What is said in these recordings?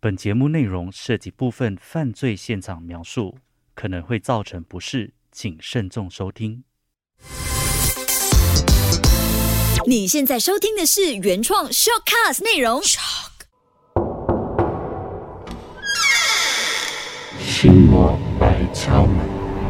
本节目内容涉及部分犯罪现场描述，可能会造成不适，请慎重收听。 你现在收听的是原创 Shortcast 内容。 心魔来敲门，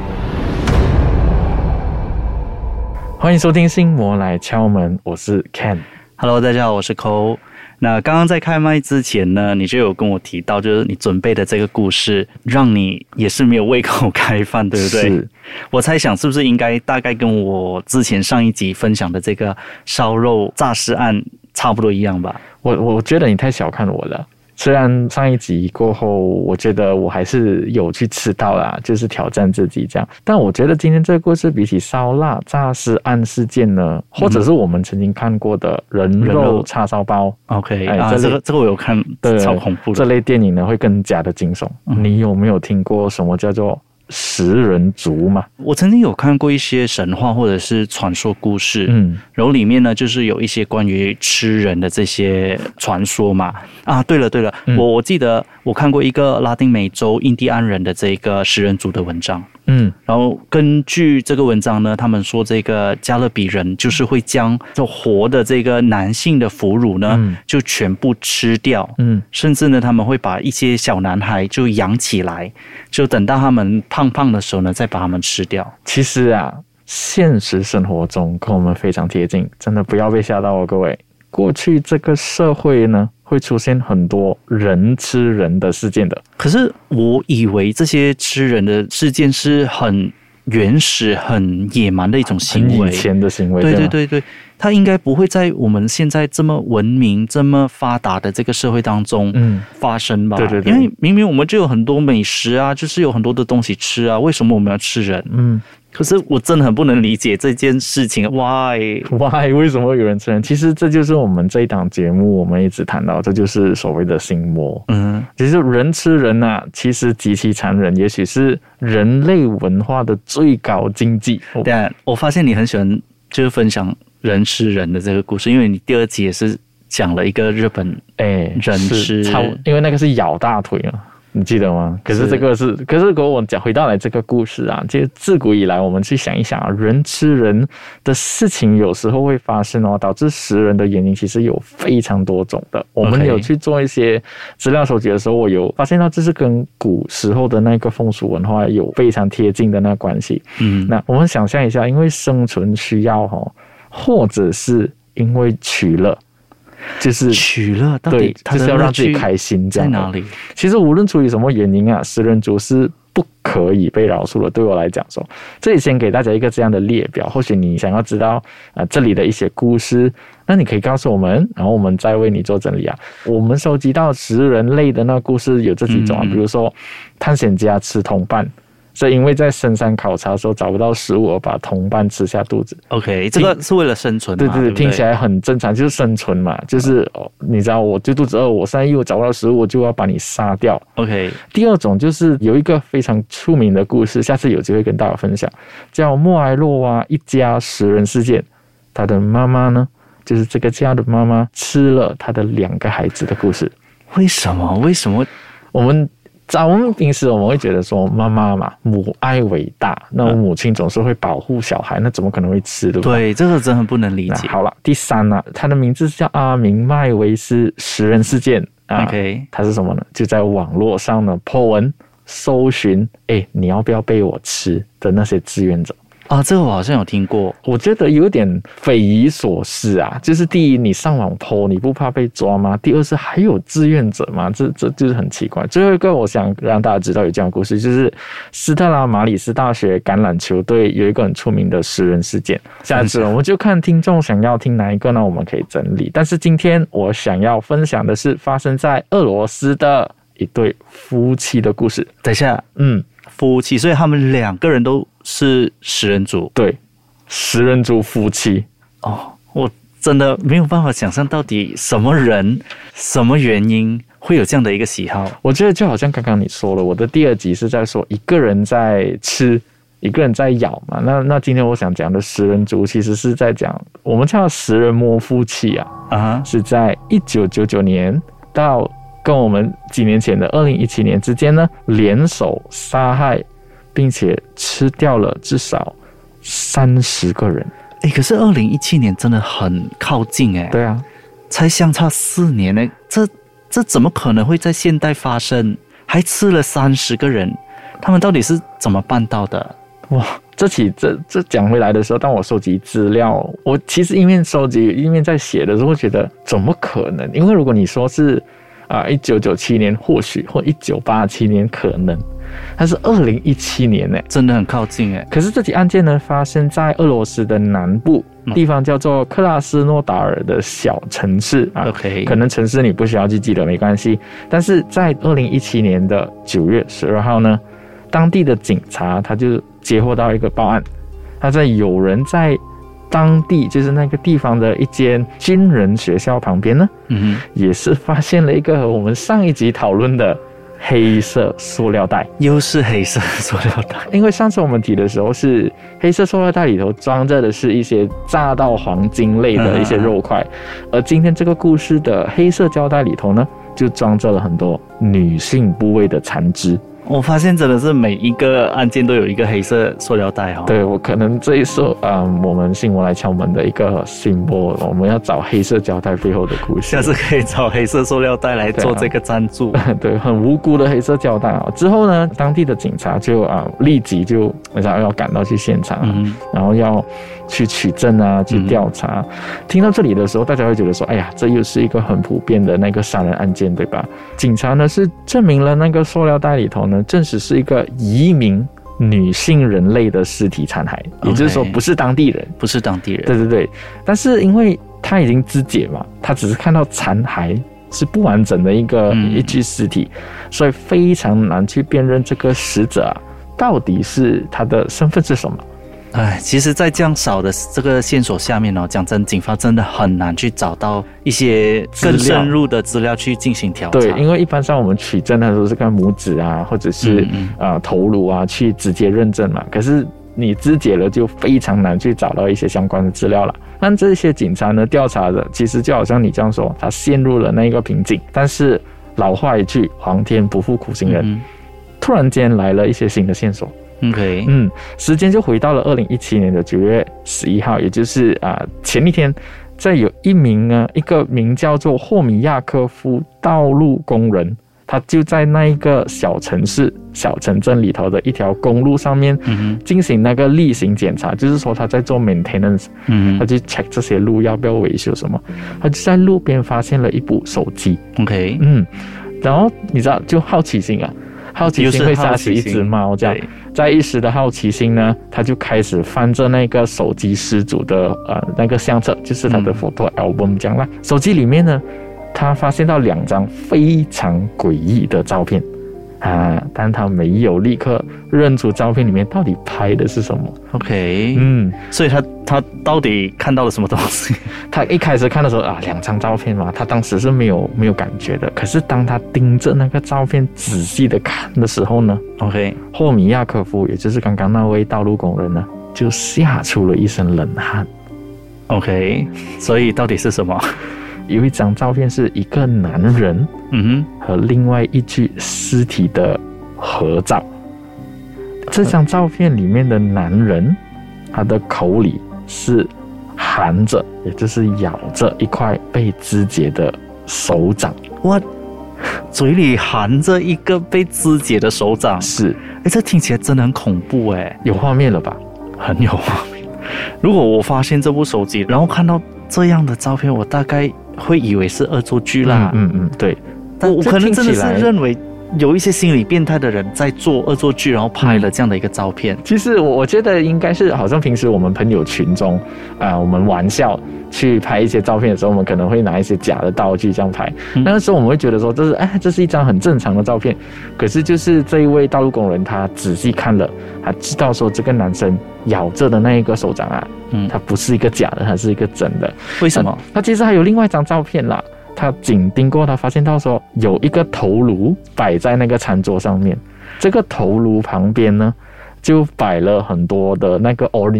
欢迎收听《心魔来敲门》，我是 Ken。Hello， 大家好，我是 Cole。那刚刚在开麦之前呢，你就有跟我提到，就是你准备的这个故事，让你也是没有胃口开饭，对不对？ 是。 我猜想是不是应该大概跟我之前上一集分享的这个烧肉诈尸案差不多一样吧？ 我觉得你太小看我了。虽然上一集过后，我觉得我还是有去吃到啦，就是挑战自己这样。但我觉得今天这个故事比起烧腊诈尸案事件呢，或者是我们曾经看过的人肉叉烧包 ，OK， 这个我有看，超恐怖的。 这类电影呢会更加的惊悚。你有没有听过什么叫做食人族嘛？ 我曾经有看过一些神话或者是传说故事，然后里面呢就是有一些关于吃人的这些传说嘛。对了，我记得我看过一个拉丁美洲印第安人的这个食人族的文章。然后根据这个文章呢，他们说这个加勒比人就是会将就活的这个男性的俘虏呢，就全部吃掉，甚至呢他们会把一些小男孩就养起来，就等到他们胖胖的时候呢，再把他们吃掉。 其实啊，现实生活中跟我们非常贴近，真的不要被吓到哦，各位。过去这个社会呢，会出现很多人吃人的事件的。可是我以为这些吃人的事件是很原始、很野蛮的一种行为， 以前的行为。 对，它应该不会在我们现在这么文明、这么发达的这个社会当中发生吧？ 对， 因为明明我们就有很多美食啊，就是有很多的东西吃啊，为什么我们要吃人？可是我真的很不能理解这件事情 ，Why？ 为什么会有人吃人？其实这就是我们这一档节目我们一直谈到，这就是所谓的心魔。其实人吃人啊，其实极其残忍，也许是人类文化的最高境界。 对，我发现你很喜欢就是分享人吃人的这个故事，因为你第二集也是讲了一个日本人吃， 因为那个是咬大腿啊。你记得吗？可是如果我回到来这个故事啊，就自古以来我们去想一想啊，人吃人的事情有时候会发生哦，导致食人的原因其实有非常多种的。我们有去做一些资料收集的时候，我有发现到这是跟古时候的那个风俗文化有非常贴近的那个关系。那我们想象一下，因为生存需要或者是因为取乐。就是取乐，到底就是要让自己开心，这样在哪里？ 其实无论出于什么原因啊，食人族是不可以被饶恕的。对我来讲说，这里先给大家一个这样的列表，或许你想要知道这里的一些故事，那你可以告诉我们，然后我们再为你做整理啊。我们收集到食人类的那故事有这几种啊，比如说探险家吃同伴。是因为在深山考察的时候找不到食物而把同伴吃下肚子。 OK， 这个是为了生存嘛？ 对，听起来很正常，就是生存嘛。就是你知道，我就肚子饿，我现在又找不到食物，我就要把你杀掉。 OK。 第二种就是有一个非常出名的故事，下次有机会跟大家分享，叫莫埃洛娃一家食人事件。他的妈妈呢，就是这个家的妈妈吃了他的2个孩子的故事。 为什么？ 我们平时我们会觉得说妈妈嘛，母爱伟大，那母亲总是会保护小孩，那怎么可能会吃，对不对？ 对，这个真的不能理解。 好了，第3呢，他的名字是叫阿明麦维斯食人事件。 OK， 他是什么呢？就在网络上呢 po 文搜寻，你要不要被我吃的那些志愿者。 这个我好像有听过， 我觉得有点匪夷所思啊。就是第一，你上网 po， 你不怕被抓吗？第二是还有志愿者吗？这就是很奇怪。最后一个，我想让大家知道有这样的故事，就是斯特拉马里斯大学橄榄球队有一个很出名的食人事件。下次我们就看听众想要听哪一个呢，我们可以整理。但是今天我想要分享的是发生在俄罗斯的一对夫妻的故事。 等一下，夫妻，所以他们2个人都是食人族。 对，食人族夫妻。 我真的没有办法想象到底什么人、什么原因会有这样的一个喜好。 我觉得就好像刚刚你说了，我的第2集是在说一个人在吃，一个人在咬嘛。那今天我想讲的食人族其实是在讲我们叫食人魔夫妻啊，是在1999年到跟我们几年前的2017年之间呢，联手杀害并且吃掉了至少30个人。 可是2017年真的很靠近对啊， 才相差4年呢，这怎么可能会在现代发生？还吃了30个人，他们到底是怎么办到的？ 哇，这讲回来的时候，当我收集资料，我其实一面收集一面在写的时候，觉得怎么可能？因为如果你说是1997年或许，或1987年可能，但是2017年呢， 真的很靠近可是这起案件呢，发生在俄罗斯的南部地方，叫做克拉斯诺达尔的小城市 OK， 可能城市你不需要去记得，没关系。但是在2017年的9月12号呢，当地的警察他就接获到一个报案，他在有人在当地就是那个地方的一间军人学校旁边呢，也是发现了一个我们上一集讨论的黑色塑料袋。 又是黑色塑料袋， 因为上次我们提的时候是黑色塑料袋里头装着的是一些炸到黄金类的一些肉块，而今天这个故事的黑色胶带里头呢，就装着了很多女性部位的残肢。 我发现真的是每一个案件都有一个黑色塑料袋对，我可能这一次我们新闻来敲门的一个 symbol， 我们要找黑色胶带背后的故事。 下次可以找黑色塑料袋来做这个赞助。 对，很无辜的黑色胶带之后呢，当地的警察就立即就要赶到去现场，然后要去取证去调查。听到这里的时候，大家会觉得说，哎呀，这又是一个很普遍的那个杀人案件，对吧？警察呢是证明了那个塑料袋里头呢，证实是一个移民女性人类的尸体残骸，也就是说不是当地人， 不是当地人。 对对对，但是因为他已经肢解嘛，他只是看到残骸是不完整的一具尸体，所以非常难去辨认这个死者到底是他的身份是什么。 其实在这样少的这个线索下面讲真，警方真的很难去找到一些更深入的资料去进行调查。 对，因为一般上我们取证的时候是看拇指或者是头颅去直接认证嘛，可是你肢解了就非常难去找到一些相关的资料了。但这些警察呢调查的，其实就好像你这样说，他陷入了那个瓶颈，但是老话一句，皇天不负苦心人，突然间来了一些新的线索。 OK， 时间就回到了2017年的9月11号，也就是前一天，在有一个名叫做霍米亚科夫道路工人，他就在那一个小城市、小城镇里头的一条公路上面进行那个例行检查，就是说他在做 maintenance，他去 check 这些路要不要维修什么，他就在路边发现了一部手机。 OK， 然后你知道，就好奇心会杀死一只猫，这样。在一时的好奇心呢，他就开始翻着那个手机失主的那个相册，就是他的 photo album 这样啦。手机里面呢，他发现到2张非常诡异的照片但他没有立刻认出照片里面到底拍的是什么。 OK， 所以他到底看到了什么东西？ 他一开始看的时候2张照片嘛，他当时是没有感觉的。可是当他盯着那个照片仔细的看的时候呢 ，OK， 霍米亚科夫，也就是刚刚那位道路工人呢，就吓出了一身冷汗。 OK， 所以到底是什么？ 有一张照片是一个男人，和另外一具尸体的合照。这张照片里面的男人，他的口里是含着，也就是咬着一块被肢解的手掌。 哇，嘴里含着一个被肢解的手掌， 是， 这听起来真的很恐怖有画面了吧？ 很有画面。如果我发现这部手机，然后看到这样的照片，我大概会以为是恶作剧啦。 对。 但我可能真的是认为有一些心理变态的人在做恶作剧，然后拍了这样的一个照片。 其实我觉得应该是好像平时我们朋友群中我们玩笑去拍一些照片的时候，我们可能会拿一些假的道具这样拍。那个时候我们会觉得说这是一张很正常的照片。可是就是这一位道路工人，他仔细看了，他知道说这个男生咬着的那一个手掌他不是一个假的，他是一个真的。 为什么？ 他其实还有另外一张照片啦。他紧盯过，他发现到说有一个头颅摆在那个餐桌上面，这个头颅旁边呢就摆了很多的那个 orange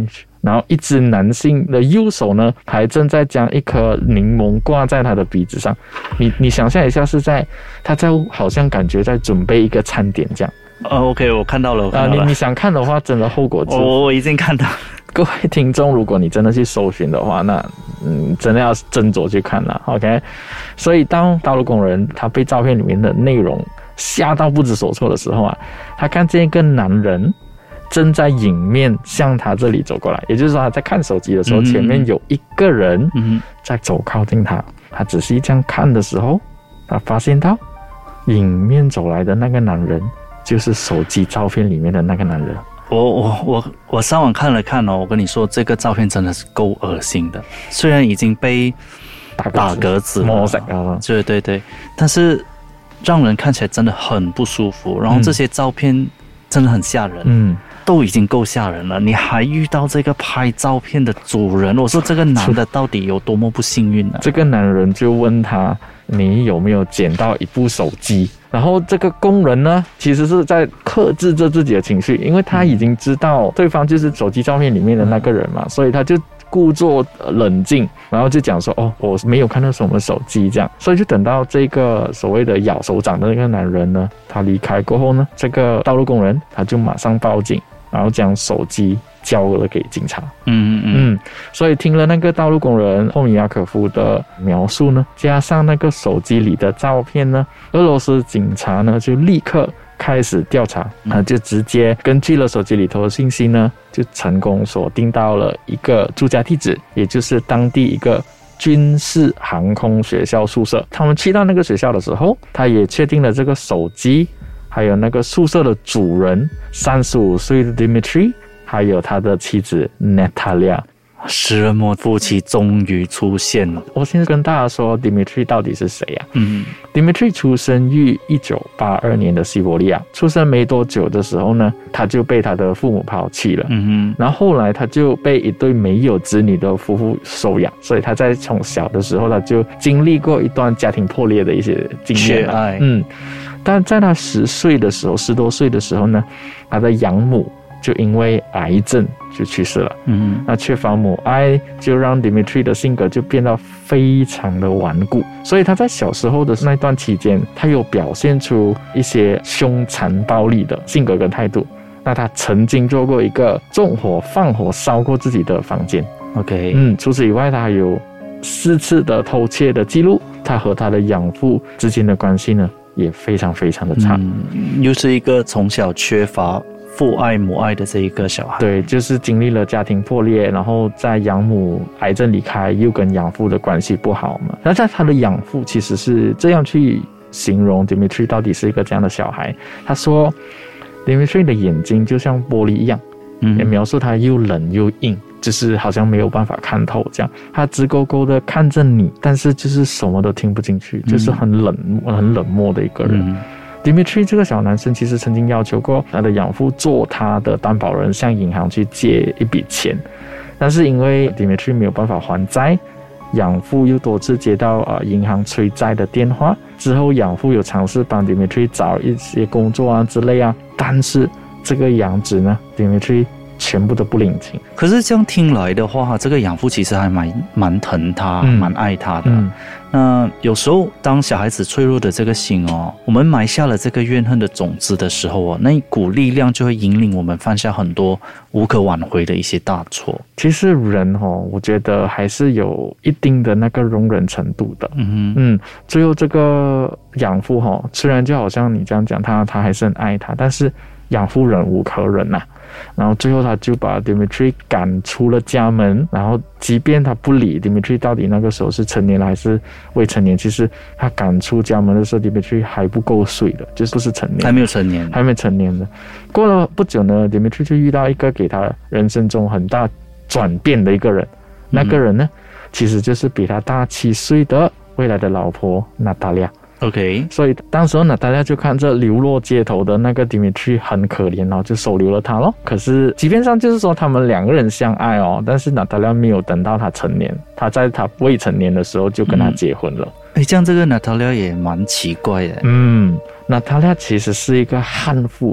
然后一只男性的右手呢，还正在将一颗柠檬挂在他的鼻子上。你想象一下，他在好像感觉在准备一个餐点这样。 OK， 我看到了。 你想看的话，真的后果自负。 我已经看到。 各位听众，如果你真的去搜寻的话，那真的要斟酌去看了。OK， 所以当道路工人他被照片里面的内容吓到不知所措的时候啊，他看见一个男人正在迎面向他这里走过来，也就是说他在看手机的时候，前面有一个人在走靠近他。他仔细这样看的时候，他发现到迎面走来的那个男人就是手机照片里面的那个男人。 我上网看了看哦，我跟你说，这个照片真的是够恶心的。虽然已经被打格子了，对，但是让人看起来真的很不舒服。然后这些照片真的很吓人，都已经够吓人了，你还遇到这个拍照片的主人，我说这个男的到底有多么不幸运呢？ 这个男人就问他，你有没有捡到一部手机？然后这个工人呢，其实是在克制着自己的情绪，因为他已经知道对方就是手机照片里面的那个人嘛，所以他就故作冷静，然后就讲说，我没有看到什么手机这样。所以就等到这个所谓的咬手掌的那个男人呢，他离开过后呢，这个道路工人他就马上报警，然后将手机交了给警察。所以听了那个道路工人霍米亚可夫的描述呢，加上那个手机里的照片呢，俄罗斯警察呢就立刻开始调查，就直接根据了手机里头的信息呢，就成功锁定到了一个住家地址，也就是当地一个军事航空学校宿舍。他们去到那个学校的时候，他也确定了这个手机还有那个宿舍的主人35岁的 Dmitry， 还有他的妻子 Natalia。 食人魔夫妻终于出现了。 我先跟大家说 Dmitry 到底是谁啊？Dmitry 出生于1982年的西伯利亚，出生没多久的时候呢，他就被他的父母抛弃了。然后后来他就被一对没有子女的夫妇收养，所以他在从小的时候他就经历过一段家庭破裂的一些经验。 缺爱。 但在他10多岁的时候呢，他的养母就因为癌症就去世了。那缺乏母爱就让 Dmitry 的性格就变得非常的顽固，所以他在小时候的那段期间，他有表现出一些凶残暴力的性格跟态度。那他曾经做过一个纵火放火烧过自己的房间。 OK， 除此以外，他还有4次的偷窃的记录。他和他的养父之间的关系呢，也非常非常的差。 又是一个从小缺乏父爱母爱的这一个小孩。 对，就是经历了家庭破裂，然后在养母癌症离开，又跟养父的关系不好嘛。那在他的养父其实是这样去形容 Dmitry 到底是一个这样的小孩。他说 Dmitry 的眼睛就像玻璃一样，也描述他又冷又硬，就是好像没有办法看透这样。他直勾勾的看着你，但是就是什么都听不进去，就是很冷漠的一个人。Dmitry 这个小男生其实曾经要求过他的养父做他的担保人，向银行去借一笔钱，但是因为 Dmitry 没有办法还债，养父又多次接到银行催债的电话。之后养父有尝试帮 Dmitry 找一些工作啊之类啊，但是这个养子呢 Dmitry 全部都不领情。 可是这样听来的话，这个养父其实还蛮疼他，蛮爱他的。那有时候当小孩子脆弱的这个心我们埋下了这个怨恨的种子的时候那一股力量就会引领我们犯下很多无可挽回的一些大错。 其实人我觉得还是有一定的那个容忍程度的。最后这个养父虽然就好像你这样讲，他还是很爱他，但是养父忍无可忍呐。然后最后他就把 Dmitry 赶出了家门，然后即便他不理 Dmitry 到底那个时候是成年了还是未成年，其实他赶出家门的时候 Dmitry 还不够岁的，就是不是成年， 还没有成年的。 过了不久呢 Dmitry 就遇到一个给他人生中很大转变的一个人。那个人呢其实就是比他大7岁的未来的老婆 Natalia。 OK， 所以当时大家就看这流落街头的那个 Dmitry 很可怜，然后就收留了他咯。可是即便上就是说他们2个人相爱但是 Natalia 没有等到他成年，他在他未成年的时候就跟他结婚了。 这样这个 Natalia 也蛮奇怪的。 Natalia 其实是一个悍妇来的。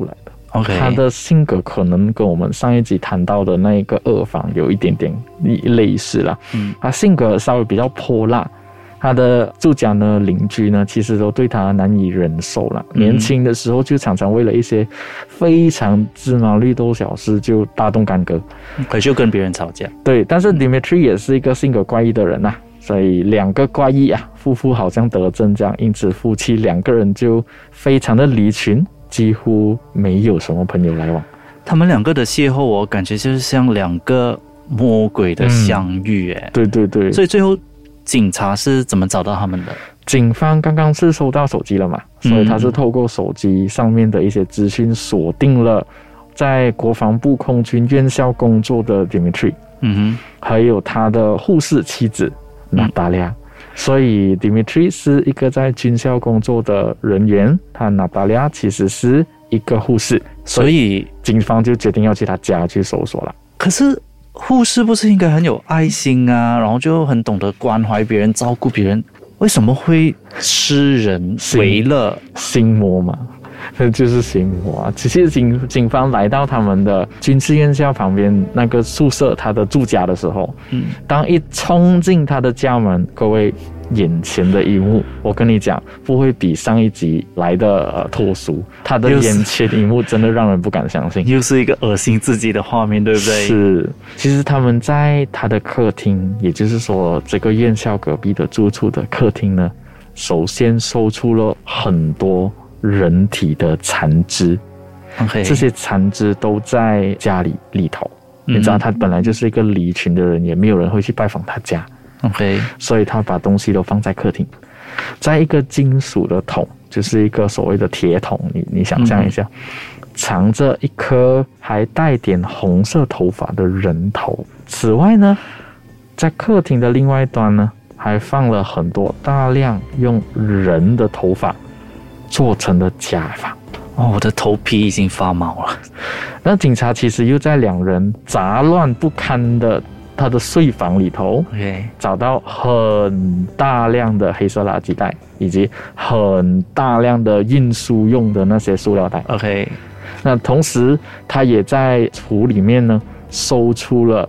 OK， 他的性格可能跟我们上一集谈到的那一个二房有一点点类似啦。他性格稍微比较泼辣，他的住家呢、邻居呢，其实都对他难以忍受了。年轻的时候就常常为了一些非常芝麻绿豆小事就大动干戈， 就跟别人吵架。 对，但是 Dimitri 也是一个性格怪异的人所以两个怪异夫妇好像得症这样，因此夫妻两个人就非常的离群，几乎没有什么朋友来往。 他们两个的邂逅，我感觉就是像两个魔鬼的相遇。 对对对。 所以最后警察是怎么找到他们的？ 警方刚刚是收到手机了嘛，所以他是透过手机上面的一些资讯锁定了在国防部空军院校工作的 Dimitri，还有他的护士妻子娜达利亚。所以 Dimitri 是一个在军校工作的人员，他娜达利亚其实是一个护士， 所以警方就决定要去他家去搜索了。 可是护士不是应该很有爱心啊，然后就很懂得关怀别人、照顾别人，为什么会吃人为乐？ 心魔嘛，那就是心魔啊！其实警方来到他们的军事院校旁边那个宿舍，他的住家的时候，当一冲进他的家门，各位眼前的一幕，我跟你讲，不会比上一集来的脱俗。他的眼前一幕真的让人不敢相信， 又是一个恶心自己的画面，对不对？ 是，其实他们在他的客厅，也就是说这个院校隔壁的住处的客厅呢，首先搜出了很多人体的残肢。 Okay. 这些残肢都在家里头。你知道他本来就是一个离群的人，也没有人会去拜访他家。 OK， 所以他把东西都放在客厅，在一个金属的桶，就是一个所谓的铁桶，你想象一下，藏着一颗还带点红色头发的人头。此外呢，在客厅的另外一端呢，还放了很多大量用人的头发做成的假发。 我的头皮已经发毛了。 那警察其实又在两人杂乱不堪的他的睡房里头，找到很大量的黑色垃圾袋，以及很大量的运输用的那些塑料袋。 OK， 那同时他也在橱里面呢搜出了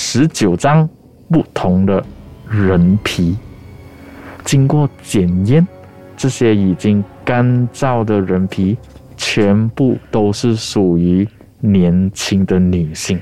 19张不同的人皮，经过检验，这些已经干燥的人皮全部都是属于年轻的女性。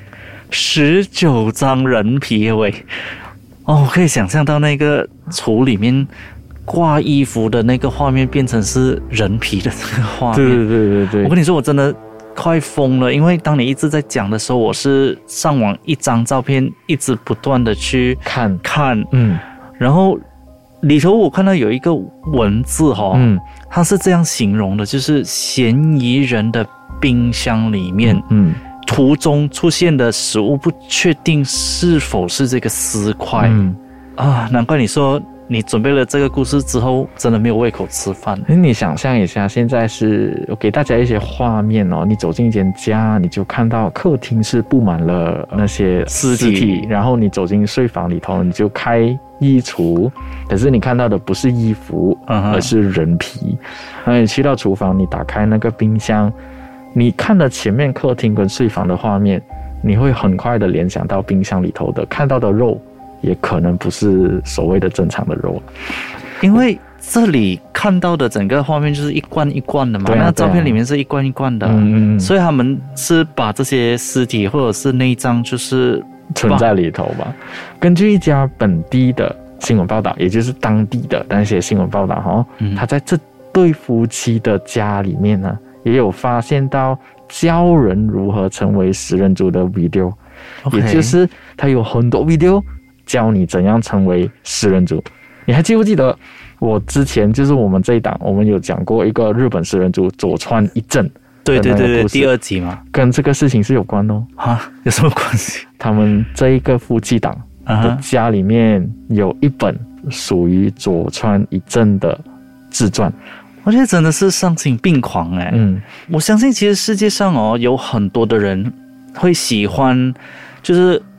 19张人皮喂！我可以想象到那个橱里面挂衣服的那个画面变成是人皮的这个画面。 对。 我跟你说，我真的快疯了，因为当你一直在讲的时候，我是上网一张照片一直不断的去看，然后里头我看到有一个文字它是这样形容的，就是嫌疑人的冰箱里面，途中出现的食物不确定是否是这个尸块。难怪你说你准备了这个故事之后真的没有胃口吃饭。 你想象一下，现在是我给大家一些画面你走进一间家，你就看到客厅是布满了那些尸体，然后你走进睡房里头，你就开衣橱，可是你看到的不是衣服，而是人皮。然后你去到厨房，你打开那个冰箱，你看了前面客厅跟睡房的画面，你会很快的联想到冰箱里头的看到的肉也可能不是所谓的正常的肉， 因为这里看到的整个画面就是一罐一罐的嘛，那照片里面是一罐一罐的，所以他们是把这些尸体或者是内脏就是存在里头吧。根据一家本地的新闻报道，也就是当地的那些新闻报道他在这对夫妻的家里面呢，也有发现到教人如何成为食人族的 video，也就是他有很多 video 教你怎样成为食人族。你还记不记得我之前就是我们这一档我们有讲过一个日本食人族佐川一正？ 对，第2集嘛， 跟这个事情是有关有什么关系？ 他们这一个夫妻档的家里面有一本属于佐川一正的自传。 我觉得真的是丧心病狂我相信其实世界上有很多的人会喜欢就是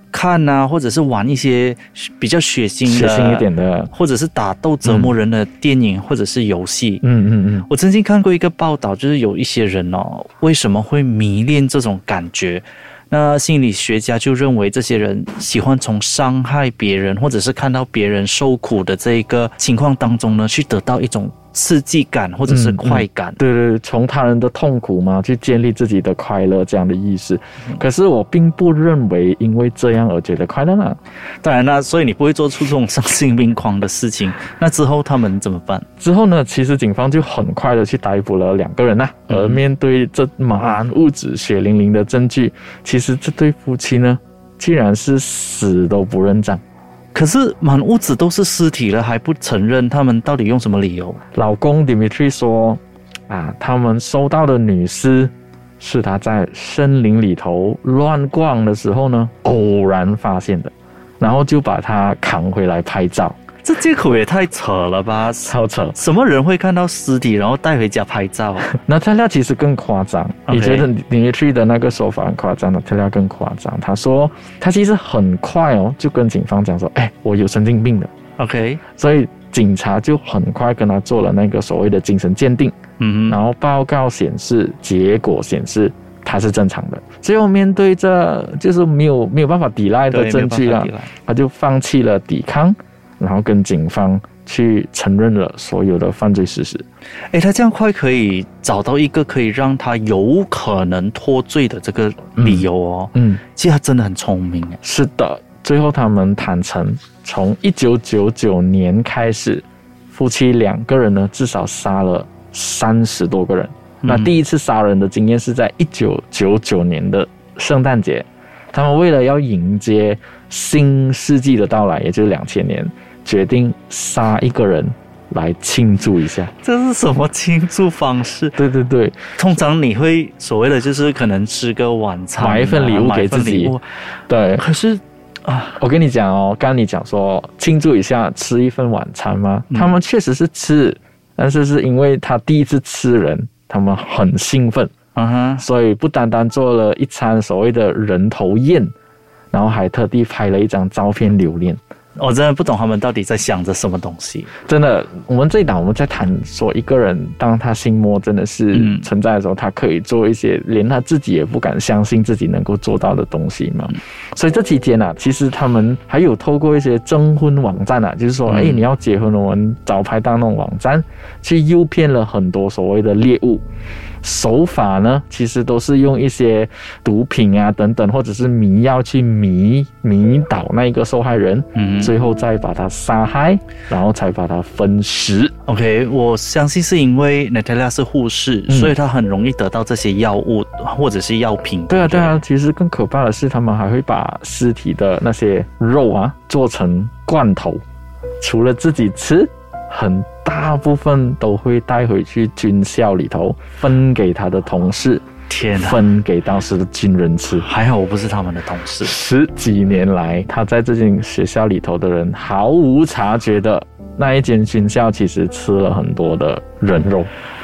看啊，或者是玩一些比较血腥一点的， 或者是打斗折磨人的电影或者是游戏。 嗯。 我曾经看过一个报道，就是有一些人哦，为什么会迷恋这种感觉？那心理学家就认为，这些人喜欢从伤害别人，或者是看到别人受苦的这一个情况当中呢，去得到一种刺激感或者是快感。 对，从他人的痛苦嘛，去建立自己的快乐这样的意思。可是我并不认为因为这样而觉得快乐啊。 当然啦，所以你不会做出这种丧心病狂的事情。那之后他们怎么办？ 之后呢，其实警方就很快的去逮捕了2个人啊。而面对这满屋子血淋淋的证据，其实这对夫妻呢，竟然是死都不认账。 可是满屋子都是尸体了，还不承认，他们到底用什么理由？ 老公 Dimitri 说他们收到的女尸是他在森林里头乱逛的时候呢偶然发现的，然后就把她扛回来拍照。 这借口也太扯了吧， 超扯！ 什么人会看到尸体然后带回家拍照？ 那他俩其实更夸张，你觉得Dimitri的那个说法很夸张的，他俩更夸张。他说他其实很快就跟警方讲说，我有神经病的。 OK， 所以警察就很快跟他做了那个所谓的精神鉴定。然后报告显示，结果显示他是正常的。最后面对这就是没有办法抵赖的证据了，他就放弃了抵抗。然后跟警方去承认了所有的犯罪事实。 他这样快可以找到一个可以让他有可能脱罪的这个理由哦。其实他真的很聪明。 是的，最后他们坦诚，从1999年开始，夫妻2个人呢至少杀了30多个人。那第一次杀人的经验是在1999年的圣诞节，他们为了要迎接新世纪的到来，也就是2000年，决定杀一个人来庆祝一下。 这是什么庆祝方式？ 对， 通常你会所谓的就是可能吃个晚餐， 买一份礼物给自己。对， 可是我跟你讲刚刚你讲说庆祝一下吃一份晚餐吗？他们确实是吃，但是是因为他第一次吃人，他们很兴奋。所以不单单做了一餐所谓的人头宴，然后还特地拍了一张照片留念。 我真的不懂他们到底在想着什么东西。 真的，我们这一档我们在谈说一个人当他心魔真的是存在的时候，他可以做一些连他自己也不敢相信自己能够做到的东西嘛。所以这期间其实他们还有透过一些征婚网站就是说你要结婚了，我们找拍档那种网站去诱骗了很多所谓的猎物。手法呢，其实都是用一些毒品等等，或者是迷药去迷倒那个受害人，最后再把他杀害，然后才把他分尸。 OK， 我相信是因为 Natalia 是护士，所以她很容易得到这些药物或者是药品。 对啊，其实更可怕的是，他们还会把尸体的那些肉做成罐头，除了自己吃，很大部分都会带回去军校里头分给他的同事，分给当时的军人吃。 还好我不是他们的同事。 10几年来，他在这间学校里头的人毫无察觉的，那一间军校其实吃了很多的人肉。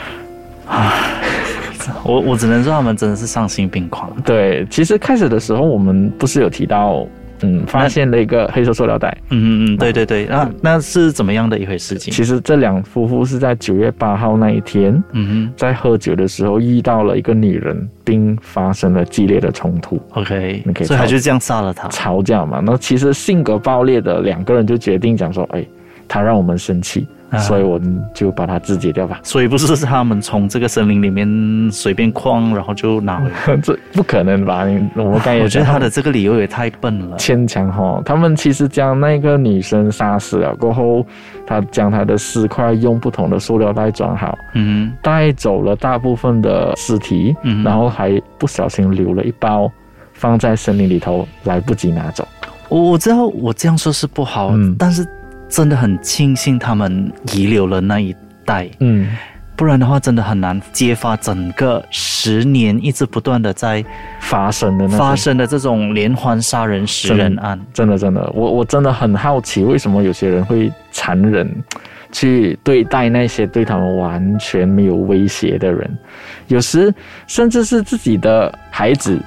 我只能说他们真的是丧心病狂。 对，其实开始的时候我们不是有提到发现了一个黑色塑料袋。 对，那是怎么样的一回事情？ 其实这2夫妇是在9月8号那一天，在喝酒的时候遇到了一个女人，并发生了激烈的冲突。 OK， 所以他就这样杀了她。 吵架嘛，那其实性格暴烈的2个人就决定讲说，他让我们生气，所以我们就把它肢解掉吧。 所以不是他们从这个森林里面随便矿，然后就拿回来。 这不可能吧？我觉得他的这个理由也太笨了， 牵强他们其实将那个女生杀死了过后，他将她的尸块用不同的塑料袋装好，带走了大部分的尸体，然后还不小心留了一包放在森林里头，来不及拿走。 我知道我这样说是不好，但是真的很庆幸他们遗留了那一袋，不然的话真的很难揭发整个10年一直不断的在发生的这种连环杀人食人案。 真的，我真的很好奇，为什么有些人会残忍去对待那些对他们完全没有威胁的人，有时甚至是自己的孩子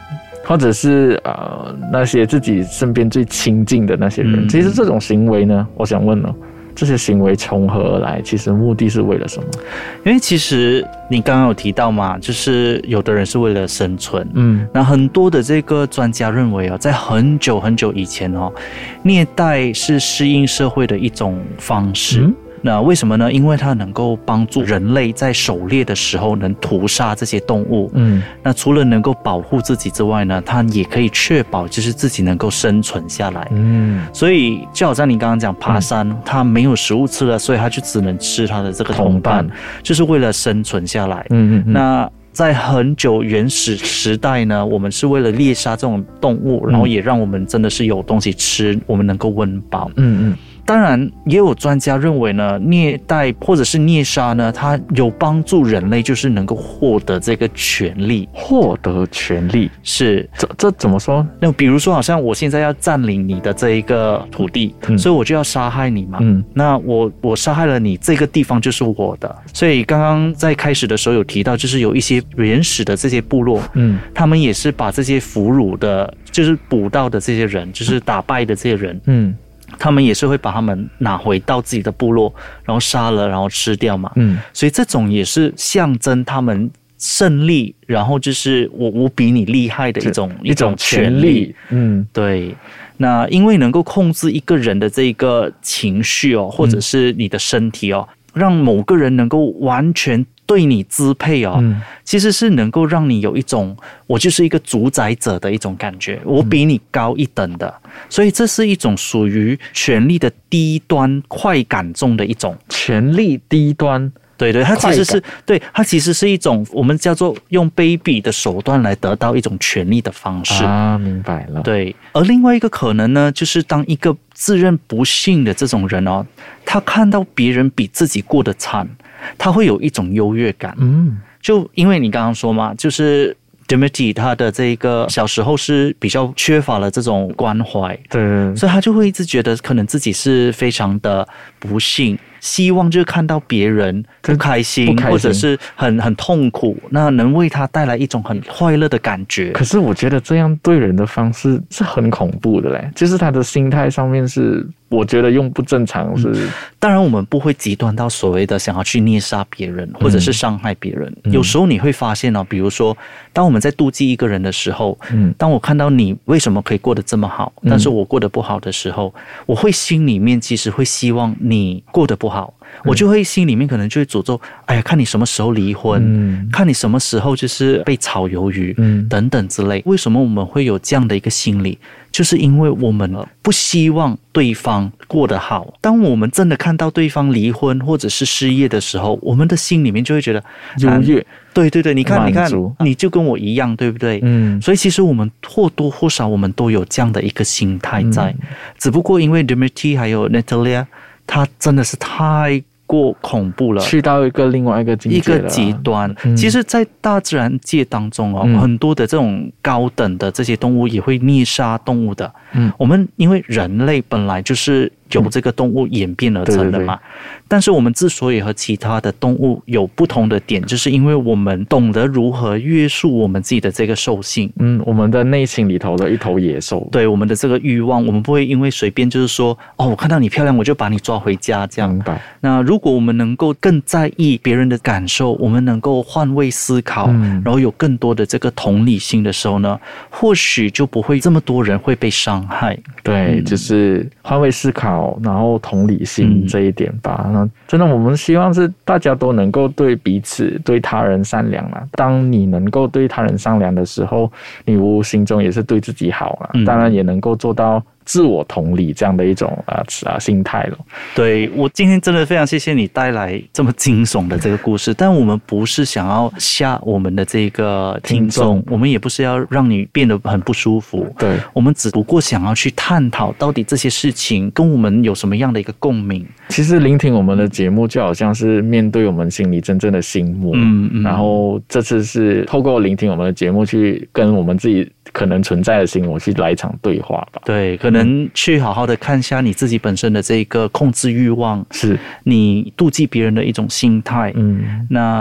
或者是那些自己身边最亲近的那些人。其实这种行为呢，我想问了，这些行为从何而来？其实目的是为了什么？ 因为其实你刚刚有提到嘛，就是有的人是为了生存，那很多的这个专家认为在很久很久以前虐待是适应社会的一种方式。那为什么呢？因为它能够帮助人类在狩猎的时候能屠杀这些动物。那除了能够保护自己之外呢，它也可以确保就是自己能够生存下来。所以就好像你刚刚讲爬山，它没有食物吃了，所以它就只能吃它的这个同伴，就是为了生存下来。那在很久原始时代呢，我们是为了猎杀这种动物，然后也让我们真的是有东西吃，我们能够温饱。当然也有专家认为呢，虐待或者是虐杀呢，它有帮助人类就是能够获得这个权利。 获得权利是这怎么说？ 那比如说好像我现在要占领你的这一个土地，所以我就要杀害你嘛。那我杀害了你，这个地方就是我的。所以刚刚在开始的时候有提到，就是有一些原始的这些部落，他们也是把这些俘虏的就是捕到的这些人，就是打败的这些人，他们也是会把他们拿回到自己的部落，然后杀了，然后吃掉嘛。所以这种也是象征他们胜利，然后就是我比你厉害的一种权利。对。那因为能够控制一个人的这个情绪或者是你的身体让某个人能够完全对你支配其实是能够让你有一种我就是一个主宰者的一种感觉，我比你高一等的。所以这是一种属于权力的低端快感中的一种权力低端。 对，它其实是一种我们叫做用卑鄙的手段来得到一种权力的方式明白了。 对，而另外一个可能呢，就是当一个自认不幸的这种人他看到别人比自己过得惨，他会有一种优越感。就因为你刚刚说嘛，就是Dimitri 他的这个小时候是比较缺乏了这种关怀， 对， 所以他就会一直觉得可能自己是非常的不幸，希望就是看到别人不开心或者是很痛苦，那能为他带来一种很快乐的感觉。 可是我觉得这样对人的方式是很恐怖的嘞，就是他的心态上面是我觉得用不正常是。 当然我们不会极端到所谓的想要去虐杀别人或者是伤害别人。有时候你会发现比如说当我们在妒忌一个人的时候，当我看到你为什么可以过得这么好，但是我过得不好的时候，我会心里面其实会希望你过得不好，我就会心里面可能就会诅咒，哎呀，看你什么时候离婚，看你什么时候就是被炒鱿鱼，等等之类。为什么我们会有这样的一个心理？就是因为我们不希望对方过得好。当我们真的看到对方离婚或者是失业的时候，我们的心里面就会觉得优越。 对，你看，你就跟我一样，对不对？所以其实我们或多或少我们都有这样的一个心态在，只不过因为 Dimitri 还有 Natalia， 他真的是太过恐怖了， 去到另外一个境界了， 一个极端。其实在大自然界当中很多的这种高等的这些动物也会虐杀动物的。我们因为人类本来就是由这个动物演变而成的嘛，但是我们之所以和其他的动物有不同的点，就是因为我们懂得如何约束我们自己的这个兽性。 我们的内心里头的一头野兽， 对，我们的这个欲望，我们不会因为随便就是说我看到你漂亮我就把你抓回家这样。 明白。 那如果我们能够更在意别人的感受，我们能够换位思考，然后有更多的这个同理心的时候呢，或许就不会这么多人会被伤害。 对，就是换位思考，然后同理心这一点吧。那真的我们希望是大家都能够对彼此对他人善良啦。当你能够对他人善良的时候，你无形中也是对自己好啦，当然也能够做到自我同理这样的一种心态了。 对，我今天真的非常谢谢你带来这么惊悚的这个故事，但我们不是想要吓我们的这个听众，我们也不是要让你变得很不舒服。 对， 我们只不过想要去探讨到底这些事情跟我们有什么样的一个共鸣。 其实聆听我们的节目就好像是面对我们心里真正的心魔，然后这次是透过聆听我们的节目去跟我们自己可能存在的心魔去来一场对话吧。 对，可能去好好的看一下你自己本身的这个控制欲望， 是你妒忌别人的一种心态。那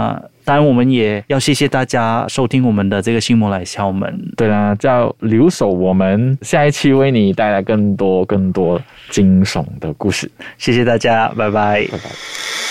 当然我们也要谢谢大家收听我们的这个星魔来敲门。 对啦，叫留守我们下一期为你带来更多惊悚的故事。 谢谢大家，拜拜， 拜拜。